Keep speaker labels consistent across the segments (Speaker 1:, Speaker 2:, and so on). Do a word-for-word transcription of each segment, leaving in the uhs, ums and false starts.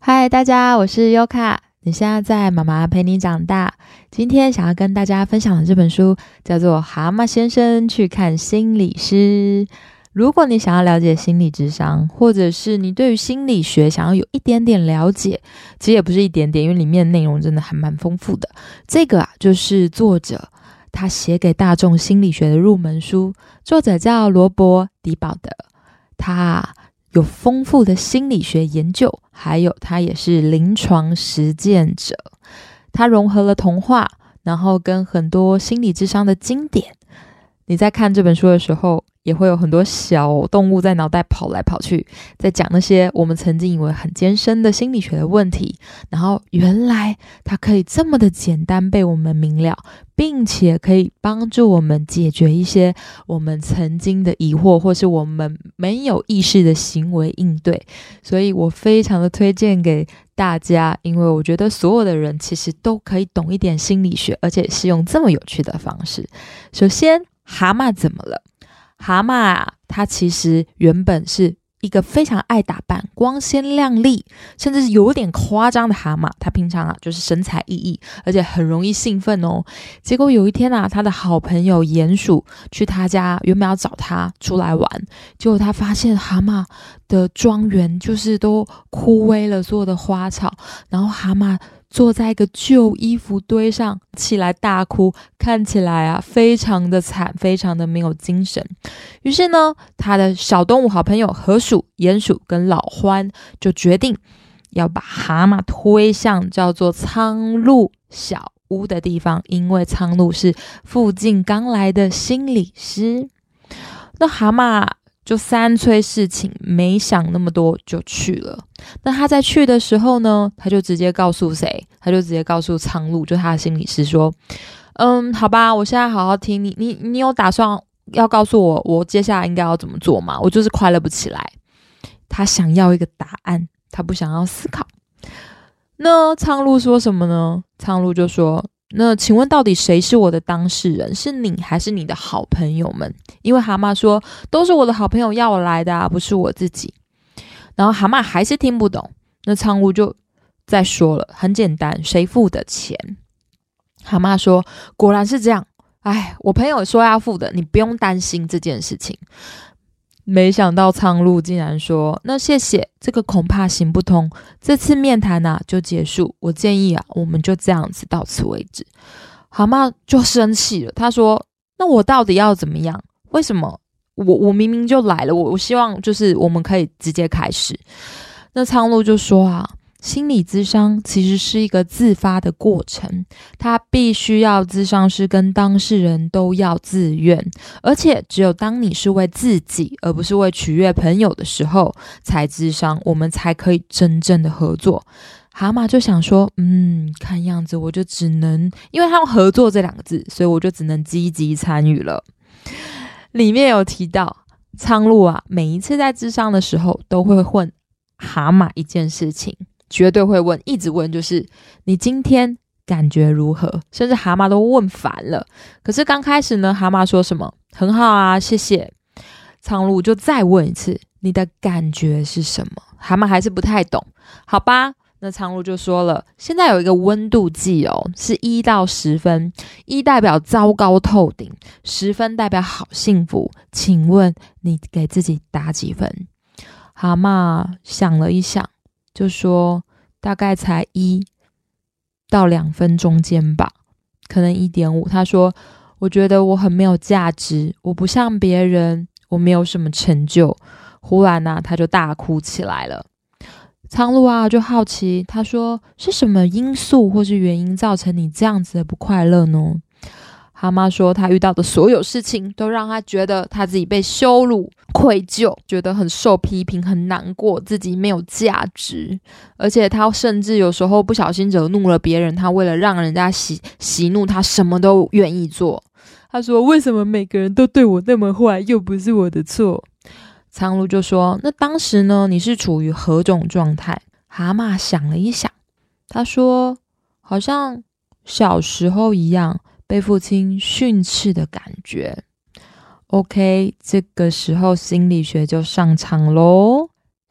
Speaker 1: 嗨，大家，我是优卡。你现在在妈妈陪你长大。今天想要跟大家分享的这本书叫做《蛤蟆先生去看心理师》。如果你想要了解心理智商，或者是你对于心理学想要有一点点了解，其实也不是一点点，因为里面内容真的还蛮丰富的。这个啊，就是作者他写给大众心理学的入门书，作者叫罗伯·迪保德，他有丰富的心理学研究，还有他也是临床实践者。他融合了童话，然后跟很多心理智商的经典。你在看这本书的时候，也会有很多小动物在脑袋跑来跑去，在讲那些我们曾经以为很艰深的心理学的问题，然后原来它可以这么的简单被我们明了，并且可以帮助我们解决一些我们曾经的疑惑，或是我们没有意识的行为应对。所以我非常的推荐给大家，因为我觉得所有的人其实都可以懂一点心理学，而且是用这么有趣的方式。首先，蛤蟆怎么了？蛤蟆啊，它其实原本是一个非常爱打扮、光鲜亮丽，甚至是有点夸张的蛤蟆。它平常啊就是神采奕奕，而且很容易兴奋哦。结果有一天啊，他的好朋友鼹鼠去他家，原本要找他出来玩，结果他发现蛤蟆的庄园就是都枯萎了，所有的花草，然后蛤蟆坐在一个旧衣服堆上起来大哭，看起来啊非常的惨，非常的没有精神。于是呢，他的小动物好朋友河鼠、鼹鼠跟老獾就决定要把蛤蟆推向叫做苍鹭小屋的地方，因为苍鹭是附近刚来的心理师。那蛤蟆就三催四请，没想那么多就去了。那他在去的时候呢，他就直接告诉谁？他就直接告诉苍鹭，就他的心理师说：嗯，好吧，我现在好好听你，你你有打算要告诉我，我接下来应该要怎么做吗？我就是快乐不起来。他想要一个答案，他不想要思考。那苍鹭说什么呢？苍鹭就说：那请问到底谁是我的当事人？是你还是你的好朋友们？因为蛤蟆说都是我的好朋友要我来的啊，不是我自己。然后蛤蟆还是听不懂，那苍鹭就再说了，很简单，谁付的钱？蛤蟆说果然是这样，哎，我朋友说要付的，你不用担心这件事情。没想到苍鹭竟然说：那谢谢，这个恐怕行不通，这次面谈啊就结束，我建议啊我们就这样子到此为止。蛤蟆就生气了，他说：那我到底要怎么样？为什么我我明明就来了，我我希望就是我们可以直接开始。那苍鹭就说啊，心理咨商其实是一个自发的过程，它必须要咨商师跟当事人都要自愿，而且只有当你是为自己而不是为取悦朋友的时候才咨商，我们才可以真正的合作。蛤蟆就想说，嗯，看样子我就只能，因为他用合作这两个字，所以我就只能积极参与了。里面有提到苍鹭啊，每一次在咨商的时候都会问蛤蟆一件事情，绝对会问，一直问，就是你今天感觉如何？甚至蛤蟆都问烦了。可是刚开始呢，蛤蟆说什么？很好啊，谢谢。苍鹭就再问一次，你的感觉是什么？蛤蟆还是不太懂。好吧，那苍鹭就说了，现在有一个温度计哦，是一到十分，一代表糟糕透顶，十分代表好幸福。请问你给自己打几分？蛤蟆想了一想，就说大概才一到两分中间吧，可能 一点五。他说我觉得我很没有价值，我不像别人，我没有什么成就。忽然啊，他就大哭起来了。苍鹭啊就好奇，他说是什么因素或是原因造成你这样子的不快乐呢？蛤蟆说他遇到的所有事情都让他觉得他自己被羞辱、愧疚，觉得很受批评，很难过，自己没有价值。而且他甚至有时候不小心惹怒了别人，他为了让人家喜喜怒，他什么都愿意做。他说为什么每个人都对我那么坏，又不是我的错？苍鹭就说那当时呢，你是处于何种状态？蛤蟆想了一想，他说好像小时候一样，被父亲训斥的感觉。OK， 这个时候心理学就上场咯。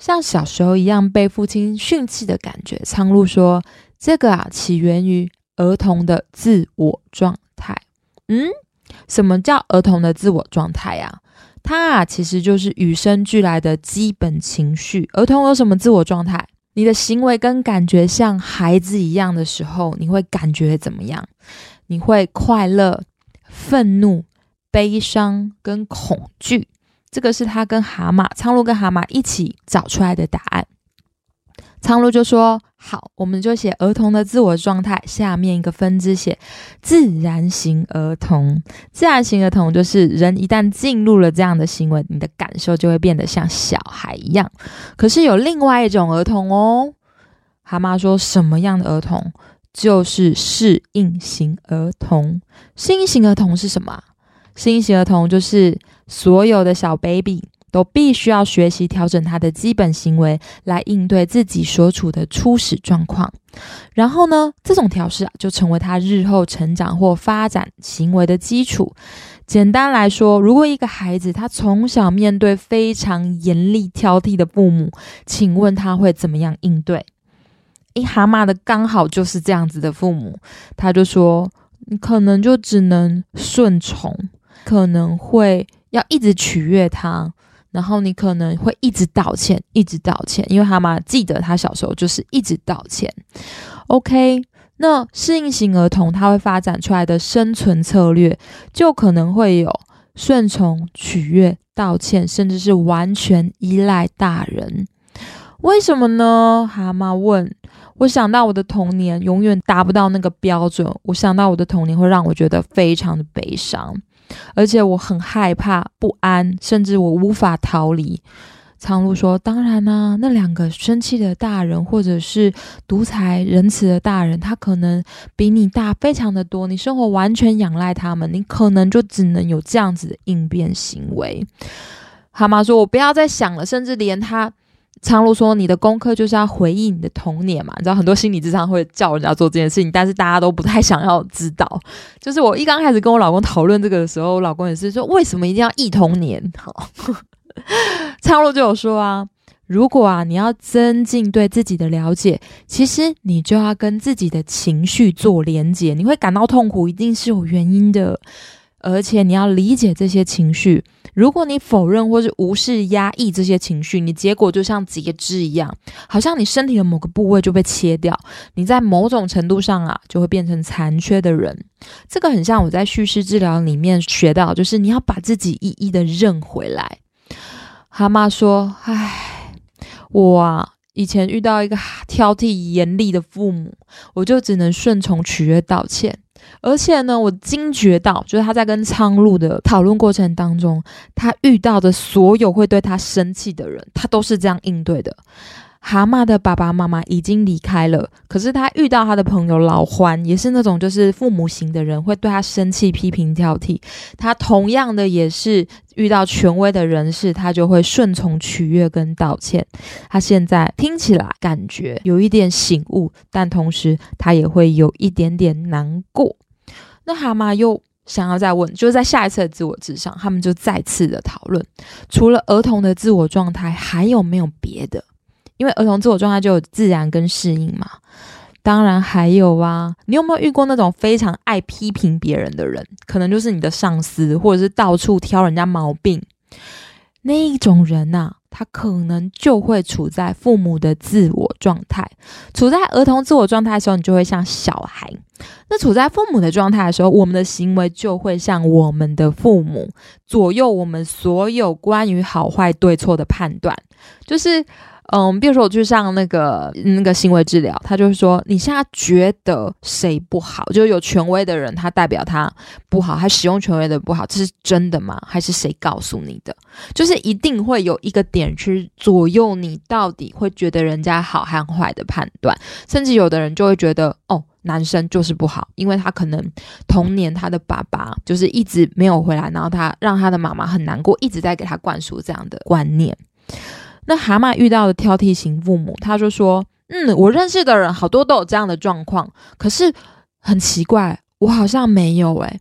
Speaker 1: 像小时候一样被父亲训斥的感觉。苍鹭说，这个啊起源于儿童的自我状态。嗯，什么叫儿童的自我状态啊？它啊其实就是与生俱来的基本情绪。儿童有什么自我状态？你的行为跟感觉像孩子一样的时候，你会感觉怎么样？你会快乐、愤怒、悲伤跟恐惧。这个是他跟蛤蟆，苍鹭跟蛤蟆一起找出来的答案。苍鹭就说，好，我们就写儿童的自我状态，下面一个分支写自然型儿童。自然型儿童就是人一旦进入了这样的行为，你的感受就会变得像小孩一样。可是有另外一种儿童哦，蛤蟆说什么样的儿童？就是适应型儿童。适应型儿童是什么啊？适应型儿童就是所有的小 baby都必须要学习调整他的基本行为来应对自己所处的初始状况。然后呢，这种调试啊，就成为他日后成长或发展行为的基础。简单来说，如果一个孩子他从小面对非常严厉挑剔的父母，请问他会怎么样应对？诶，蛤蟆的刚好就是这样子的父母，他就说，你可能就只能顺从，可能会要一直取悦他，然后你可能会一直道歉，一直道歉，因为蛤蟆记得他小时候就是一直道歉。OK， 那适应型儿童他会发展出来的生存策略，就可能会有顺从、取悦、道歉，甚至是完全依赖大人。为什么呢？蛤蟆问。我想到我的童年永远达不到那个标准，我想到我的童年会让我觉得非常的悲伤，而且我很害怕、不安，甚至我无法逃离。苍鹭说，当然啊，那两个生气的大人或者是独裁仁慈的大人，他可能比你大非常的多，你生活完全仰赖他们，你可能就只能有这样子的应变行为。蛤蟆说，我不要再想了，甚至连他苍鹭说，你的功课就是要回忆你的童年嘛，你知道很多心理咨商会叫人家做这件事情，但是大家都不太想要知道。就是我一刚开始跟我老公讨论这个的时候，我老公也是说，为什么一定要忆童年？好，苍鹭就有说啊，如果啊你要增进对自己的了解，其实你就要跟自己的情绪做连结，你会感到痛苦一定是有原因的，而且你要理解这些情绪。如果你否认或是无视压抑这些情绪，你结果就像截肢一样，好像你身体的某个部位就被切掉，你在某种程度上啊就会变成残缺的人。这个很像我在叙事治疗里面学到，就是你要把自己一一的认回来。蛤蟆说，唉，我啊以前遇到一个挑剔严厉的父母，我就只能顺从、取悦、道歉。而且呢，我惊觉到，就是他在跟苍鹭的讨论过程当中，他遇到的所有会对他生气的人，他都是这样应对的。蛤蟆的爸爸妈妈已经离开了，可是他遇到他的朋友老獾，也是那种就是父母型的人，会对他生气、批评、挑剔。他同样的也是遇到权威的人士，他就会顺从、取悦跟道歉。他现在听起来感觉有一点醒悟，但同时他也会有一点点难过。那蛤蟆又想要再问，就是在下一次的自我智商，他们就再次的讨论，除了儿童的自我状态，还有没有别的？因为儿童自我状态就有自然跟适应嘛，当然还有啊。你有没有遇过那种非常爱批评别人的人？可能就是你的上司，或者是到处挑人家毛病。那一种人啊，他可能就会处在父母的自我状态。处在儿童自我状态的时候，你就会像小孩。那处在父母的状态的时候，我们的行为就会像我们的父母，左右我们所有关于好坏对错的判断。就是嗯，比如说我去上那个那个行为治疗，他就是说你现在觉得谁不好，就是有权威的人他代表他不好，他使用权威的不好，这是真的吗？还是谁告诉你的？就是一定会有一个点去左右你到底会觉得人家好和坏的判断。甚至有的人就会觉得哦，男生就是不好，因为他可能童年他的爸爸就是一直没有回来，然后他让他的妈妈很难过，一直在给他灌输这样的观念。那蛤蟆遇到的挑剔型父母，他就说嗯，我认识的人好多都有这样的状况，可是很奇怪，我好像没有诶、欸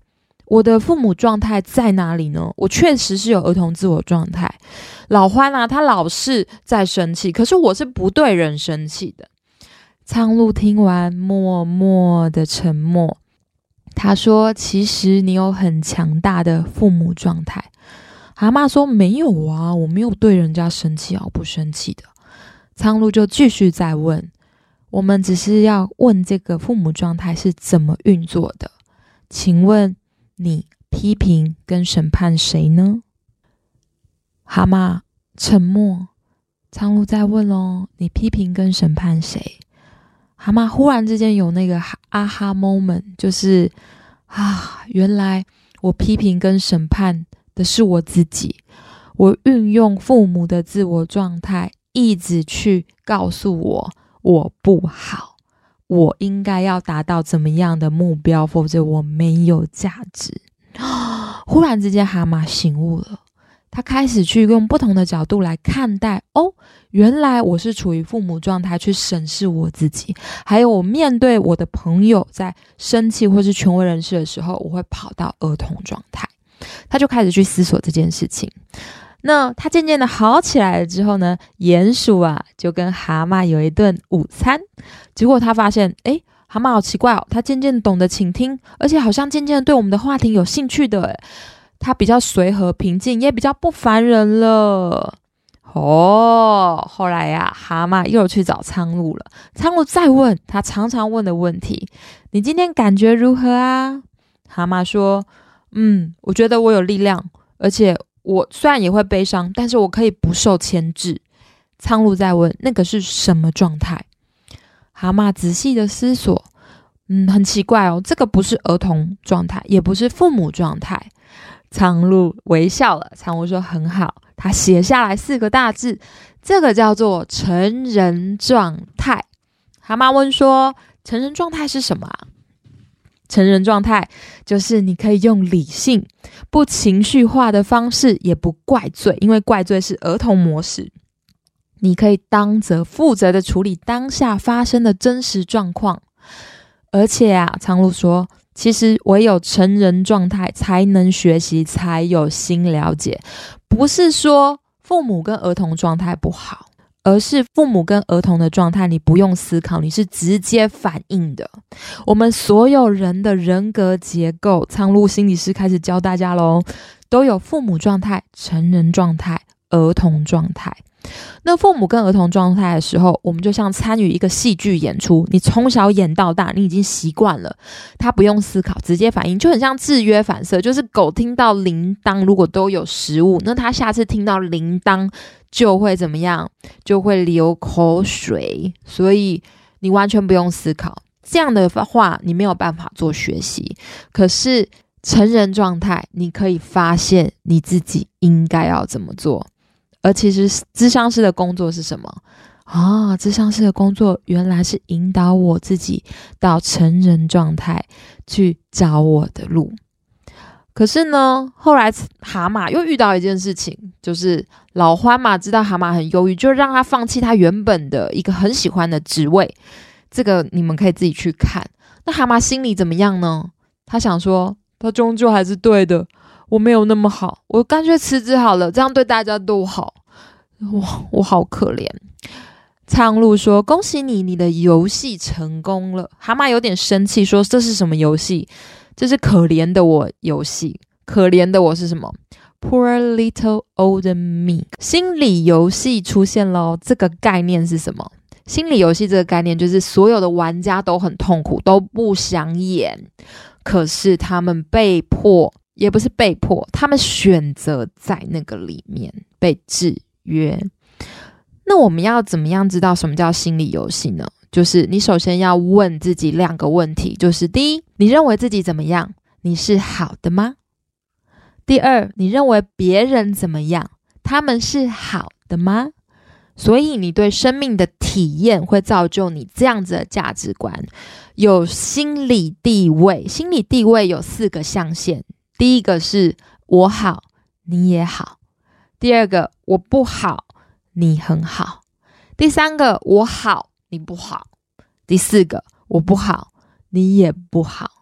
Speaker 1: 我的父母状态在哪里呢？我确实是有儿童自我状态。老欢啊，他老是在生气，可是我是不对人生气的。苍鹭听完默默的沉默，他说其实你有很强大的父母状态。蛤蟆说没有啊，我没有对人家生气啊，我不生气的。苍鹭就继续再问，我们只是要问这个父母状态是怎么运作的，请问你批评跟审判谁呢？蛤蟆沉默。苍鹭再问咯，你批评跟审判谁？蛤蟆忽然之间有那个啊哈 moment， 就是啊，原来我批评跟审判的是我自己，我运用父母的自我状态一直去告诉我我不好，我应该要达到怎么样的目标，否则我没有价值。忽然之间蛤蟆醒悟了，他开始去用不同的角度来看待，哦，原来我是处于父母状态去审视我自己，还有我面对我的朋友在生气或是权威人士的时候，我会跑到儿童状态。他就开始去思索这件事情。那他渐渐的好起来了之后呢，鼹鼠啊就跟蛤蟆有一顿午餐。结果他发现，诶，蛤蟆好奇怪哦，他渐渐懂得倾听，而且好像渐渐的对我们的话题有兴趣的诶，他比较随和平静，也比较不烦人了。哦，后来呀、啊，蛤蟆又去找苍鹭了。苍鹭再问他常常问的问题，你今天感觉如何啊？蛤蟆说，嗯，我觉得我有力量，而且我虽然也会悲伤，但是我可以不受牵制。苍鹭在问，那个是什么状态？蛤蟆仔细的思索，嗯，很奇怪哦，这个不是儿童状态，也不是父母状态。苍鹭微笑了，苍鹭说很好，他写下来四个大字，这个叫做成人状态。蛤蟆问说，成人状态是什么啊？成人状态就是你可以用理性不情绪化的方式，也不怪罪，因为怪罪是儿童模式。你可以当责负责的处理当下发生的真实状况。而且啊，苍鹭说，其实唯有成人状态才能学习，才有新了解。不是说父母跟儿童状态不好，而是父母跟儿童的状态你不用思考，你是直接反应的。我们所有人的人格结构，苍鹭心理师开始教大家咯，都有父母状态、成人状态、儿童状态。那父母跟儿童状态的时候，我们就像参与一个戏剧演出，你从小演到大，你已经习惯了，他不用思考直接反应，就很像制约反射，就是狗听到铃铛如果都有食物，那他下次听到铃铛就会怎么样，就会流口水，所以你完全不用思考，这样的话你没有办法做学习。可是成人状态，你可以发现你自己应该要怎么做。而其实咨商师的工作是什么啊？咨商师的工作原来是引导我自己到成人状态去找我的路。可是呢，后来蛤蟆又遇到一件事情，就是老欢嘛知道蛤蟆很忧郁，就让他放弃他原本的一个很喜欢的职位。这个你们可以自己去看。那蛤蟆心里怎么样呢？他想说，他终究还是对的，我没有那么好，我干脆辞职好了，这样对大家都好。哇，我好可怜。苍鹭说，恭喜你，你的游戏成功了。蛤蟆有点生气说，这是什么游戏？这是可怜的我游戏。可怜的我是什么？ Poor little old me。 心理游戏出现了，这个概念是什么？心理游戏这个概念就是所有的玩家都很痛苦，都不想演，可是他们被迫，也不是被迫，他们选择在那个里面被制约。那我们要怎么样知道什么叫心理游戏呢？就是你首先要问自己两个问题，就是第一，你认为自己怎么样？你是好的吗？第二，你认为别人怎么样？他们是好的吗？所以你对生命的体验会造就你这样子的价值观。有心理地位，心理地位有四个象限。第一个是我好，你也好。第二个，我不好，你很好。第三个，我好，你不好。第四个，我不好，你也不好。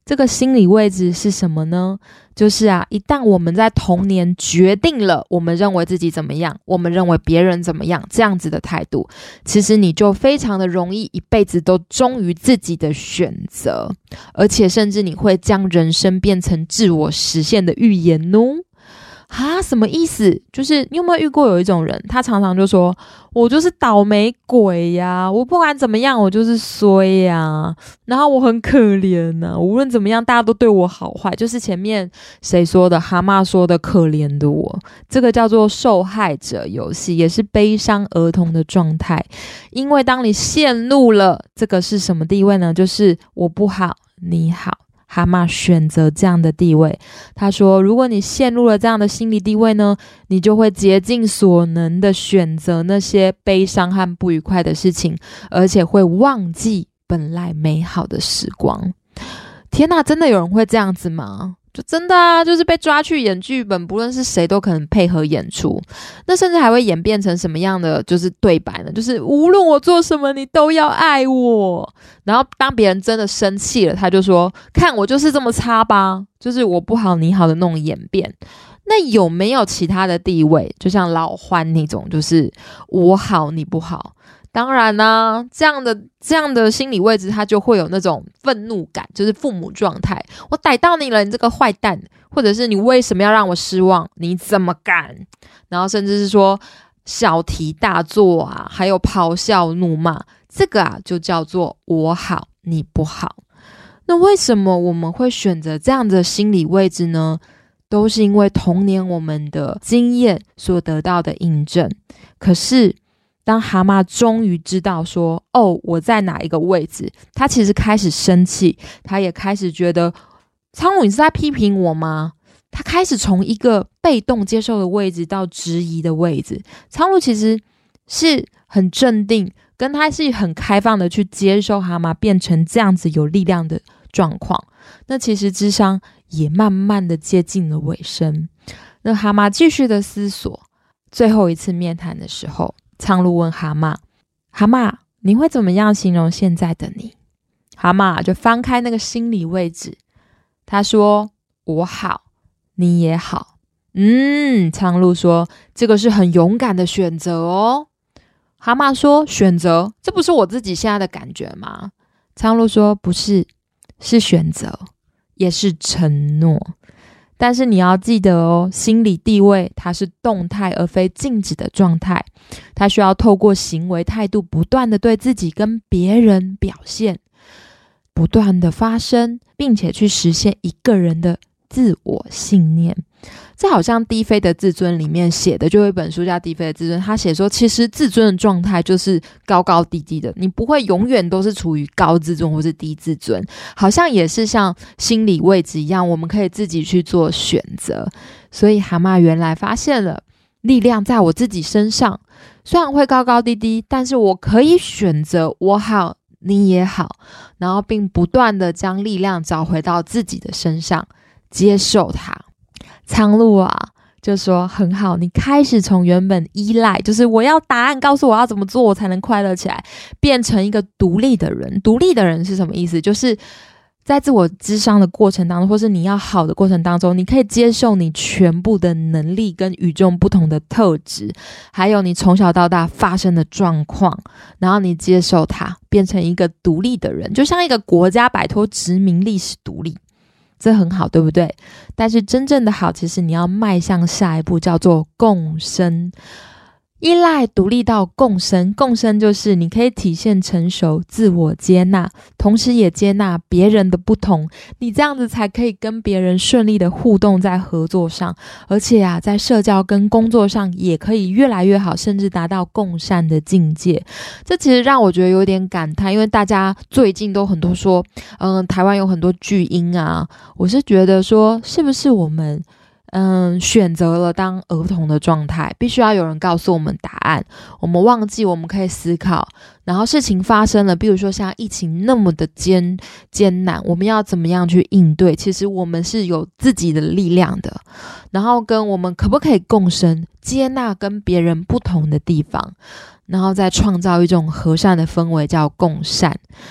Speaker 1: 这个心理位置是什么呢？就是啊，一旦我们在童年决定了我们认为自己怎么样，我们认为别人怎么样，这样子的态度，其实你就非常的容易一辈子都忠于自己的选择，而且甚至你会将人生变成自我实现的预言哦。哈，什么意思？就是你有没有遇过有一种人，他常常就说我就是倒霉鬼呀，我不管怎么样我就是衰呀，然后我很可怜啊，无论怎么样大家都对我好坏，就是前面谁说的，蛤蟆说的可怜的我，这个叫做受害者游戏，也是悲伤儿童的状态。因为当你陷入了这个是什么地位呢？就是我不好你好，蛤蟆选择这样的地位。他说如果你陷入了这样的心理地位呢，你就会竭尽所能的选择那些悲伤和不愉快的事情，而且会忘记本来美好的时光。天哪，真的有人会这样子吗？就真的啊，就是被抓去演剧本，不论是谁都可能配合演出。那甚至还会演变成什么样的就是对白呢？就是无论我做什么你都要爱我，然后当别人真的生气了，他就说看我就是这么差吧，就是我不好你好的那种演变。那有没有其他的地位，就像老欢那种，就是我好你不好？当然啦、啊，这样的这样的心理位置，他就会有那种愤怒感，就是父母状态。我逮到你了，你这个坏蛋，或者是你为什么要让我失望？你怎么敢？然后甚至是说小题大做啊，还有咆哮怒骂，这个啊就叫做我好你不好。那为什么我们会选择这样的心理位置呢？都是因为童年我们的经验所得到的印证。可是当蛤蟆终于知道说哦我在哪一个位置，他其实开始生气，他也开始觉得苍鹭你是在批评我吗？他开始从一个被动接受的位置到质疑的位置。苍鹭其实是很镇定，跟他是很开放的去接受蛤蟆变成这样子有力量的状况。那其实諮商也慢慢的接近了尾声。那蛤蟆继续的思索，最后一次面谈的时候，苍鹭问蛤蟆，蛤蟆你会怎么样形容现在的你？蛤蟆就翻开那个心理位置，他说我好你也好。嗯，苍鹭说这个是很勇敢的选择哦。蛤蟆说选择？这不是我自己现在的感觉吗？苍鹭说不是，是选择，也是承诺。但是你要记得哦，心理地位它是动态而非静止的状态，它需要透过行为态度不断的对自己跟别人表现，不断的发生，并且去实现一个人的自我信念。这好像低飞的自尊里面写的，就有一本书叫低飞的自尊，他写说其实自尊的状态就是高高低低的，你不会永远都是处于高自尊或是低自尊，好像也是像心理位置一样，我们可以自己去做选择。所以蛤蟆原来发现了力量在我自己身上，虽然会高高低低，但是我可以选择我好你也好，然后并不断的将力量找回到自己的身上，接受它。苍鹭啊就说很好，你开始从原本依赖，就是我要答案告诉我要怎么做我才能快乐起来，变成一个独立的人。独立的人是什么意思？就是在自我諮商的过程当中，或是你要好的过程当中，你可以接受你全部的能力跟与众不同的特质，还有你从小到大发生的状况，然后你接受它，变成一个独立的人，就像一个国家摆脱殖民历史独立，这很好，对不对？但是真正的好，其实你要迈向下一步，叫做共生。依赖独立到共生，共生就是你可以体现成熟，自我接纳，同时也接纳别人的不同，你这样子才可以跟别人顺利的互动在合作上，而且啊，在社交跟工作上也可以越来越好，甚至达到共善的境界。这其实让我觉得有点感叹，因为大家最近都很多说嗯，台湾有很多巨婴啊，我是觉得说是不是我们嗯，选择了当儿童的状态，必须要有人告诉我们答案，我们忘记我们可以思考，然后事情发生了，比如说像疫情那么的艰艰难，我们要怎么样去应对，其实我们是有自己的力量的，然后跟我们可不可以共生，接纳跟别人不同的地方，然后再创造一种和善的氛围，叫共善。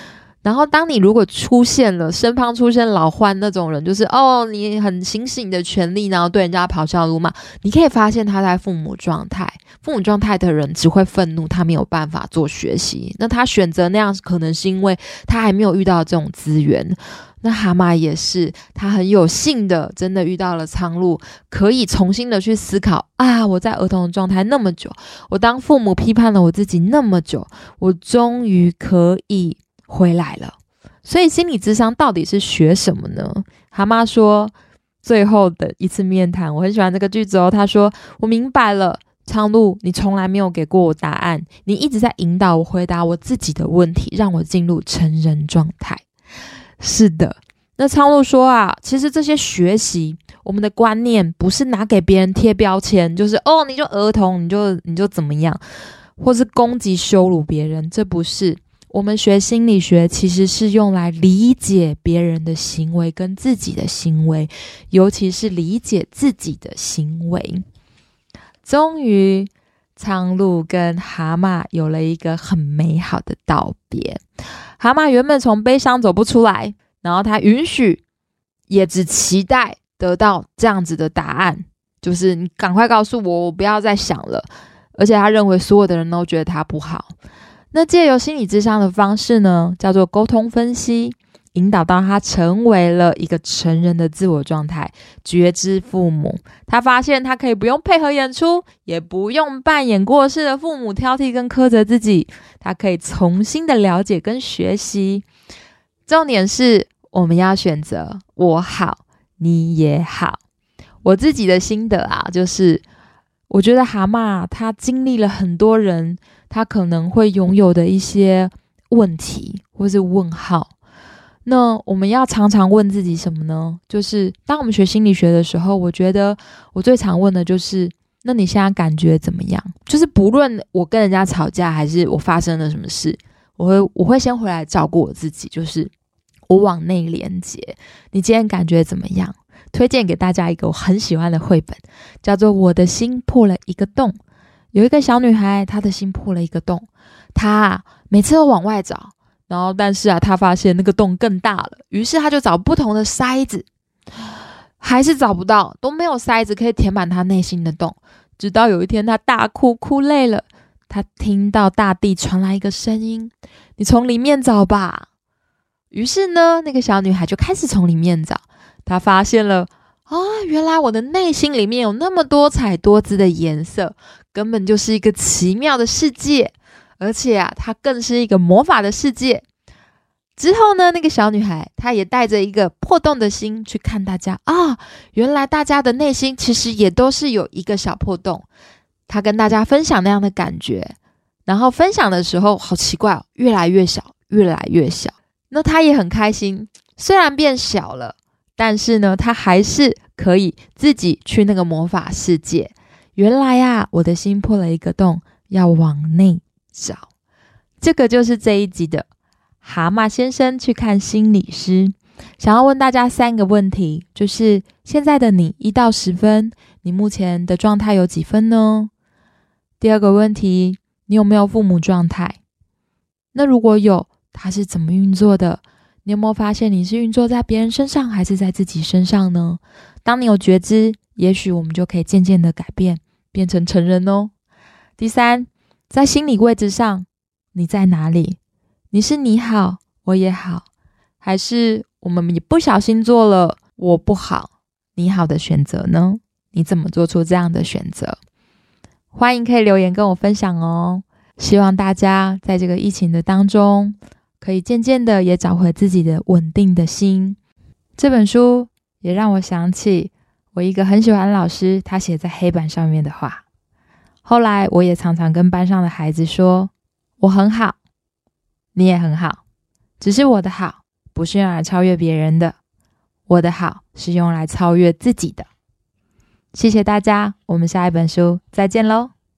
Speaker 1: 然后当你如果出现了身旁出现老獾那种人，就是哦你很行使你的权利，然后对人家咆哮辱骂，你可以发现他在父母状态。父母状态的人只会愤怒，他没有办法做学习。那他选择那样可能是因为他还没有遇到这种资源。那蛤蟆也是，他很有幸的真的遇到了苍鹭，可以重新的去思考啊，我在儿童的状态那么久，我当父母批判了我自己那么久，我终于可以回来了。所以心理咨商到底是学什么呢？蛤蟆说最后的一次面谈，我很喜欢这个句子哦，他说我明白了，苍鹭，你从来没有给过我答案，你一直在引导我回答我自己的问题，让我进入成人状态。是的，那苍鹭说啊，其实这些学习，我们的观念不是拿给别人贴标签，就是哦，你就儿童，你就你就怎么样，或是攻击羞辱别人，这不是。我们学心理学其实是用来理解别人的行为跟自己的行为，尤其是理解自己的行为。终于苍鹭跟蛤蟆有了一个很美好的道别。蛤蟆原本从悲伤走不出来，然后他允许也只期待得到这样子的答案，就是你赶快告诉我，我不要再想了。而且他认为所有的人都觉得他不好。那借由心理咨商的方式呢，叫做沟通分析，引导到他成为了一个成人的自我状态，觉知父母。他发现他可以不用配合演出，也不用扮演过世的父母挑剔跟苛责自己，他可以重新的了解跟学习。重点是我们要选择我好你也好。我自己的心得啊，就是我觉得蛤蟆他经历了很多人他可能会拥有的一些问题或是问号。那我们要常常问自己什么呢？就是当我们学心理学的时候，我觉得我最常问的就是那你现在感觉怎么样？就是不论我跟人家吵架还是我发生了什么事，我会我会先回来照顾我自己，就是我往内连接。你今天感觉怎么样？推荐给大家一个我很喜欢的绘本，叫做《我的心破了一个洞》。有一个小女孩，她的心破了一个洞，她啊每次都往外找，然后但是啊她发现那个洞更大了，于是她就找不同的筛子，还是找不到，都没有筛子可以填满她内心的洞。直到有一天她大哭，哭累了，她听到大地传来一个声音，你从里面找吧。于是呢那个小女孩就开始从里面找，她发现了啊，原来我的内心里面有那么多彩多姿的颜色，根本就是一个奇妙的世界，而且啊它更是一个魔法的世界。之后呢那个小女孩她也带着一个破洞的心去看大家啊，原来大家的内心其实也都是有一个小破洞。她跟大家分享那样的感觉，然后分享的时候好奇怪哦，越来越小越来越小。那她也很开心，虽然变小了，但是呢她还是可以自己去那个魔法世界。原来啊我的心破了一个洞，要往内找。这个就是这一集的蛤蟆先生去看心理师。想要问大家三个问题，就是现在的你一到十分，你目前的状态有几分呢？第二个问题，你有没有父母状态？那如果有，它是怎么运作的？你有没有发现你是运作在别人身上还是在自己身上呢？当你有觉知，也许我们就可以渐渐的改变，变成成人哦。第三，在心理位置上，你在哪里？你是你好，我也好，还是我们也不小心做了我不好，你好的选择呢？你怎么做出这样的选择？欢迎可以留言跟我分享哦。希望大家在这个疫情的当中，可以渐渐的也找回自己的稳定的心。这本书也让我想起我一个很喜欢的老师，他写在黑板上面的话。后来我也常常跟班上的孩子说，我很好，你也很好，只是我的好不是用来超越别人的，我的好是用来超越自己的。谢谢大家，我们下一本书再见咯。